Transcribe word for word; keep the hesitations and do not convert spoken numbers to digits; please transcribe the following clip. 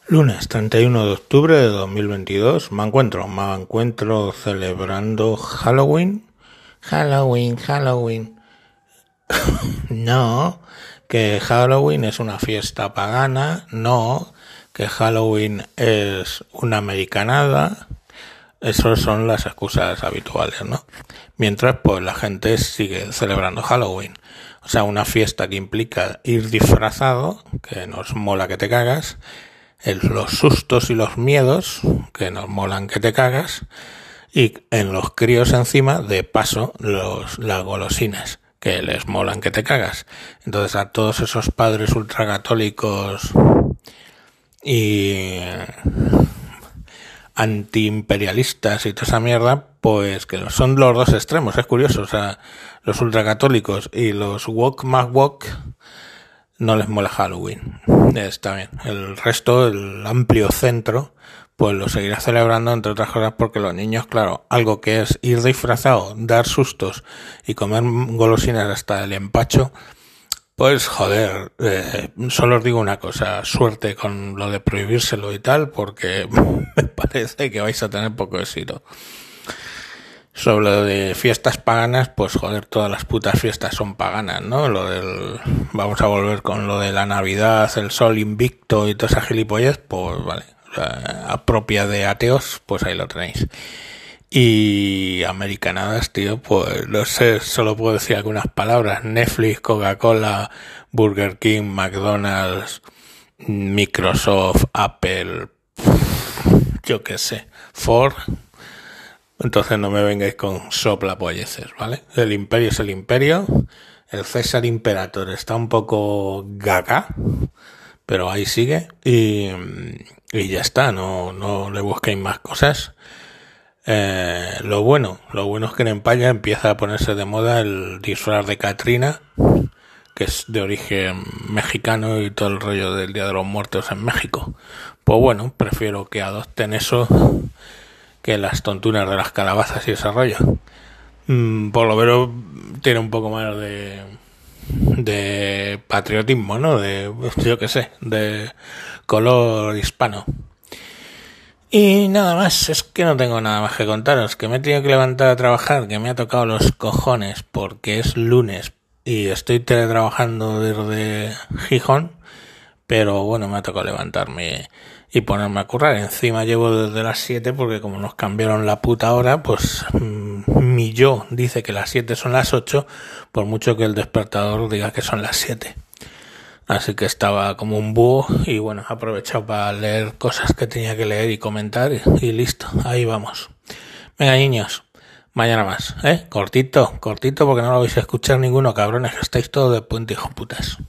Lunes treinta y uno de octubre de dos mil veintidós, me encuentro, me encuentro celebrando Halloween. Halloween, Halloween. No, que Halloween es una fiesta pagana, no, que Halloween es una americanada. Esas son las excusas habituales, ¿no? Mientras, pues, la gente sigue celebrando Halloween. O sea, una fiesta que implica ir disfrazado, que nos mola que te cagas, el, los sustos y los miedos, que nos molan que te cagas, y en los críos encima, de paso, los, las golosinas, que les molan que te cagas. Entonces, a todos esos padres ultracatólicos y antiimperialistas y toda esa mierda, pues que son los dos extremos, es curioso. O sea, los ultracatólicos y los woke más woke no les mola Halloween. Está bien. El resto, el amplio centro, pues lo seguirá celebrando, entre otras cosas porque los niños, claro, algo que es ir disfrazado, dar sustos y comer golosinas hasta el empacho, pues joder, eh, solo os digo una cosa, suerte con lo de prohibírselo y tal, porque me parece que vais a tener poco éxito. Sobre lo de fiestas paganas, pues joder, todas las putas fiestas son paganas, ¿no? Lo del, vamos a volver con lo de la Navidad, el sol invicto y toda esa gilipollez, pues vale, o sea, propia de ateos, pues ahí lo tenéis. Y americanadas, tío, pues no sé, solo puedo decir algunas palabras: Netflix, Coca-Cola, Burger King, McDonald's, Microsoft, Apple, yo qué sé, Ford. Entonces no me vengáis con soplapolleces, ¿vale? El imperio es el imperio, el César Imperator está un poco gaga, pero ahí sigue, y, y ya está, no, no le busquéis más cosas. Eh, lo bueno, lo bueno es que en España empieza a ponerse de moda el disfraz de Catrina, que es de origen mexicano, y todo el rollo del Día de los Muertos en México. Pues bueno, prefiero que adopten eso que las tontunas de las calabazas y ese rollo. Mm, por lo menos tiene un poco más de de patriotismo, ¿no? De, yo qué sé, de color hispano. Y nada más, es que no tengo nada más que contaros, que me he tenido que levantar a trabajar, que me ha tocado los cojones porque es lunes y estoy teletrabajando desde Gijón, pero bueno, me ha tocado levantarme y ponerme a currar. Encima llevo desde las siete porque como nos cambiaron la puta hora, pues mmm, mi yo dice que las siete son las ocho, por mucho que el despertador diga que son las siete. Así que estaba como un búho y bueno, he aprovechado para leer cosas que tenía que leer y comentar y, y listo, ahí vamos. Venga, niños, mañana más, ¿eh? Cortito, cortito porque no lo vais a escuchar ninguno, cabrones, que estáis todos de puente, hijo putas.